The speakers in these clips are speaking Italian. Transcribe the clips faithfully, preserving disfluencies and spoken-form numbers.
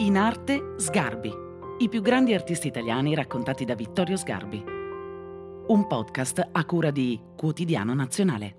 In arte Sgarbi, i più grandi artisti italiani raccontati da Vittorio Sgarbi. Un podcast a cura di Quotidiano Nazionale.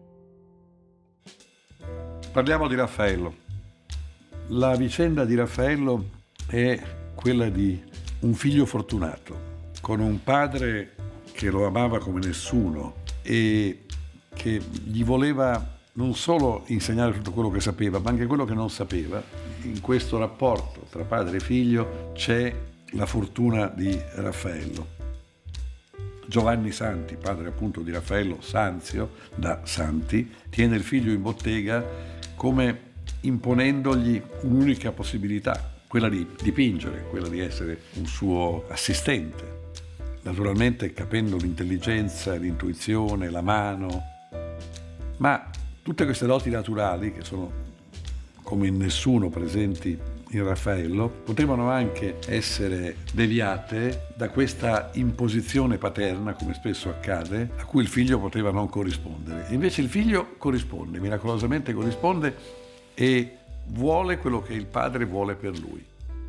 Parliamo di Raffaello. La vicenda di Raffaello è quella di un figlio fortunato, con un padre che lo amava come nessuno e che gli voleva non solo insegnare tutto quello che sapeva, ma anche quello che non sapeva. In questo rapporto tra padre e figlio c'è la fortuna di Raffaello. Giovanni Santi, padre appunto di Raffaello, Sanzio, da Santi, tiene il figlio in bottega come imponendogli un'unica possibilità, quella di dipingere, quella di essere un suo assistente. Naturalmente capendo l'intelligenza, l'intuizione, la mano, ma tutte queste doti naturali, che sono come in nessuno presenti in Raffaello, potevano anche essere deviate da questa imposizione paterna, come spesso accade, a cui il figlio poteva non corrispondere. E invece il figlio corrisponde, miracolosamente corrisponde e vuole quello che il padre vuole per lui.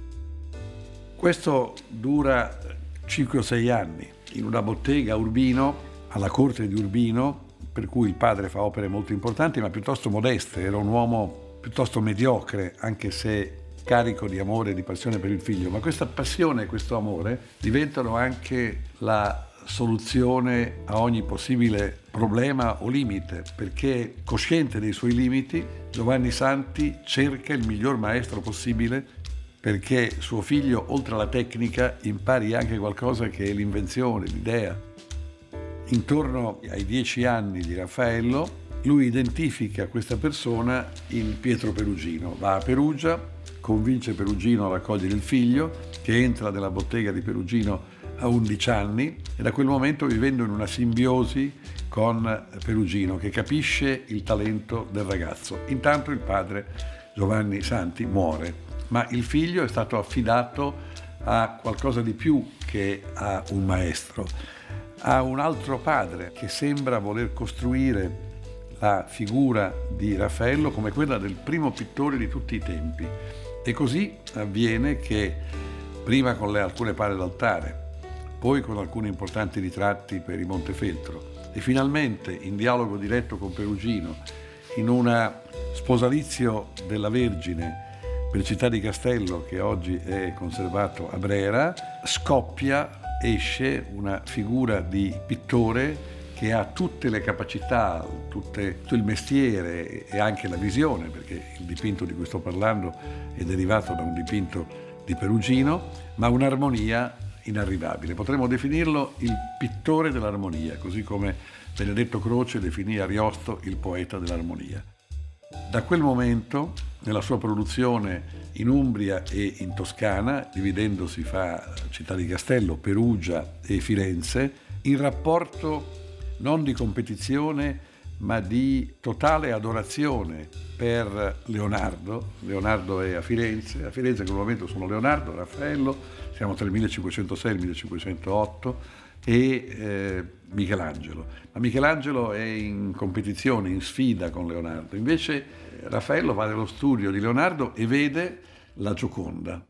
Questo dura cinque o sei anni, in una bottega a Urbino, alla corte di Urbino, per cui il padre fa opere molto importanti ma piuttosto modeste. Era un uomo piuttosto mediocre, anche se carico di amore e di passione per il figlio, ma questa passione e questo amore diventano anche la soluzione a ogni possibile problema o limite, perché cosciente dei suoi limiti Giovanni Santi cerca il miglior maestro possibile perché suo figlio, oltre alla tecnica, impari anche qualcosa che è l'invenzione, l'idea. Intorno ai dieci anni di Raffaello lui identifica questa persona in Pietro Perugino, va a Perugia, convince Perugino a raccogliere il figlio, che entra nella bottega di Perugino a undici anni e da quel momento vivendo in una simbiosi con Perugino che capisce il talento del ragazzo. Intanto il padre Giovanni Santi muore, ma il figlio è stato affidato a qualcosa di più che a un maestro, a un altro padre che sembra voler costruire la figura di Raffaello come quella del primo pittore di tutti i tempi. E così avviene che prima con le alcune pale d'altare, poi con alcuni importanti ritratti per il Montefeltro e finalmente in dialogo diretto con Perugino in una sposalizio della Vergine per Città di Castello, che oggi è conservato a Brera, scoppia, esce una figura di pittore che ha tutte le capacità, tutte, tutto il mestiere e anche la visione, perché il dipinto di cui sto parlando è derivato da un dipinto di Perugino, ma un'armonia inarrivabile. Potremmo definirlo il pittore dell'armonia, così come Benedetto Croce definì Ariosto il poeta dell'armonia. Da quel momento, nella sua produzione in Umbria e in Toscana, dividendosi fra Città di Castello, Perugia e Firenze, in rapporto non di competizione, ma di totale adorazione per Leonardo. Leonardo è a Firenze, a Firenze in quel momento sono Leonardo, Raffaello, siamo tra il millecinquecentosei e il millecinquecentootto, e eh, Michelangelo. Ma Michelangelo è in competizione, in sfida con Leonardo. Invece eh, Raffaello va nello studio di Leonardo e vede la Gioconda.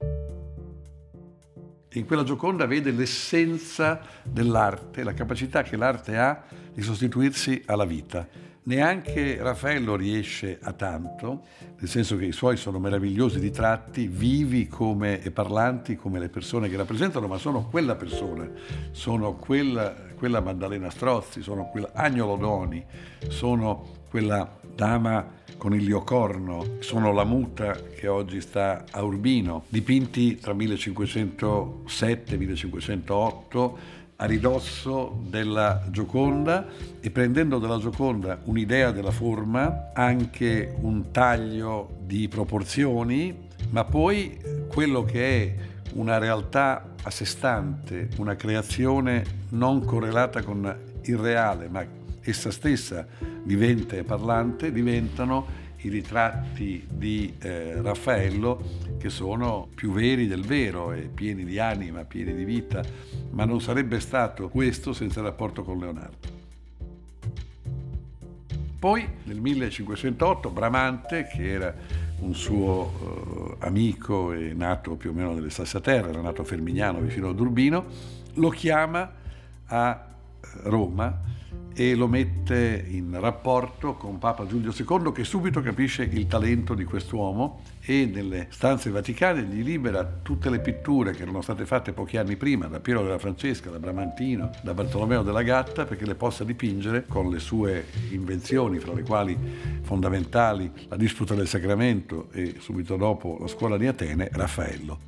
In quella Gioconda vede l'essenza dell'arte, la capacità che l'arte ha di sostituirsi alla vita. Neanche Raffaello riesce a tanto, nel senso che i suoi sono meravigliosi ritratti, vivi come, e parlanti come le persone che rappresentano, ma sono quella persona, sono quella, quella Maddalena Strozzi, sono quella Agnolo Doni, sono quella dama con il Liocorno, sono la muta che oggi sta a Urbino, dipinti tra millecinquecentosette e millecinquecentootto, a ridosso della Gioconda, e prendendo dalla Gioconda un'idea della forma, anche un taglio di proporzioni, ma poi quello che è una realtà a sé stante, una creazione non correlata con il reale, ma essa stessa vivente e parlante, diventano i ritratti di eh, Raffaello, che sono più veri del vero e pieni di anima, pieni di vita, ma non sarebbe stato questo senza il rapporto con Leonardo. Poi nel millecinquecentootto Bramante, che era un suo eh, amico, è nato più o meno nelle stesse terre, era nato a Fermignano vicino ad Urbino, lo chiama a Roma e lo mette in rapporto con Papa Giulio secondo, che subito capisce il talento di quest'uomo e nelle stanze vaticane gli libera tutte le pitture che erano state fatte pochi anni prima da Piero della Francesca, da Bramantino, da Bartolomeo della Gatta, perché le possa dipingere con le sue invenzioni, fra le quali fondamentali la Disputa del Sacramento e subito dopo la Scuola di Atene, Raffaello.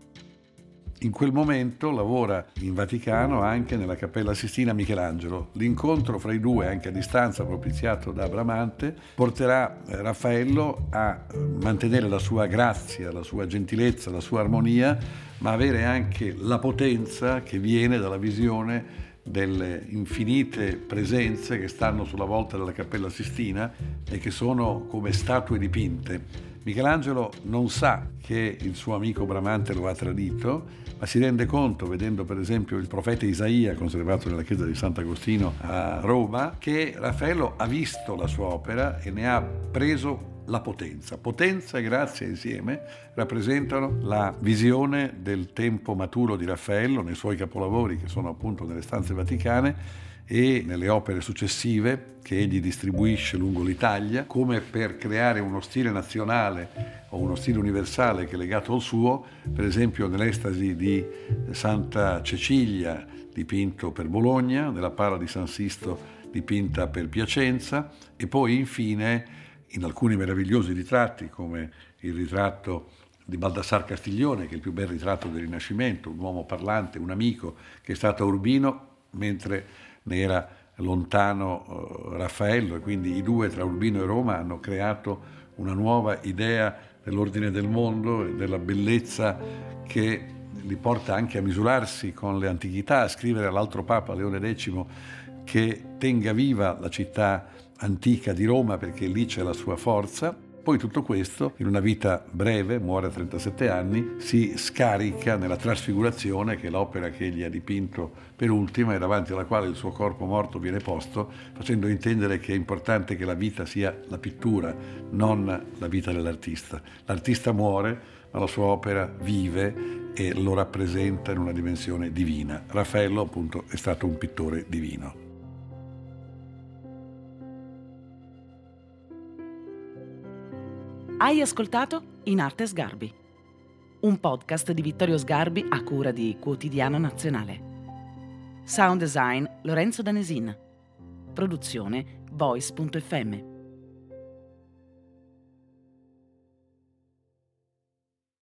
In quel momento lavora in Vaticano anche nella Cappella Sistina Michelangelo. L'incontro fra i due, anche a distanza, propiziato da Bramante, porterà Raffaello a mantenere la sua grazia, la sua gentilezza, la sua armonia, ma avere anche la potenza che viene dalla visione delle infinite presenze che stanno sulla volta della Cappella Sistina e che sono come statue dipinte. Michelangelo non sa che il suo amico Bramante lo ha tradito, ma si rende conto, vedendo per esempio il profeta Isaia conservato nella chiesa di Sant'Agostino a Roma, che Raffaello ha visto la sua opera e ne ha preso la potenza. Potenza e grazia insieme rappresentano la visione del tempo maturo di Raffaello nei suoi capolavori, che sono appunto nelle stanze vaticane, e nelle opere successive che egli distribuisce lungo l'Italia, come per creare uno stile nazionale o uno stile universale che è legato al suo, per esempio nell'Estasi di Santa Cecilia dipinto per Bologna, nella Pala di San Sisto dipinta per Piacenza, e poi infine in alcuni meravigliosi ritratti come il ritratto di Baldassar Castiglione, che è il più bel ritratto del Rinascimento, un uomo parlante, un amico che è stato a Urbino mentre ne era lontano uh, Raffaello, e quindi i due tra Urbino e Roma hanno creato una nuova idea dell'ordine del mondo e della bellezza che li porta anche a misurarsi con le antichità, a scrivere all'altro Papa Leone decimo che tenga viva la città antica di Roma perché lì c'è la sua forza. Poi tutto questo, in una vita breve, muore a trentasette anni, si scarica nella Trasfigurazione, che è l'opera che egli ha dipinto per ultima e davanti alla quale il suo corpo morto viene posto, facendo intendere che è importante che la vita sia la pittura, non la vita dell'artista. L'artista muore, ma la sua opera vive e lo rappresenta in una dimensione divina. Raffaello, appunto, è stato un pittore divino. Hai ascoltato In Arte Sgarbi, un podcast di Vittorio Sgarbi a cura di Quotidiano Nazionale. Sound design Lorenzo Danesin. Produzione voice punto effe emme.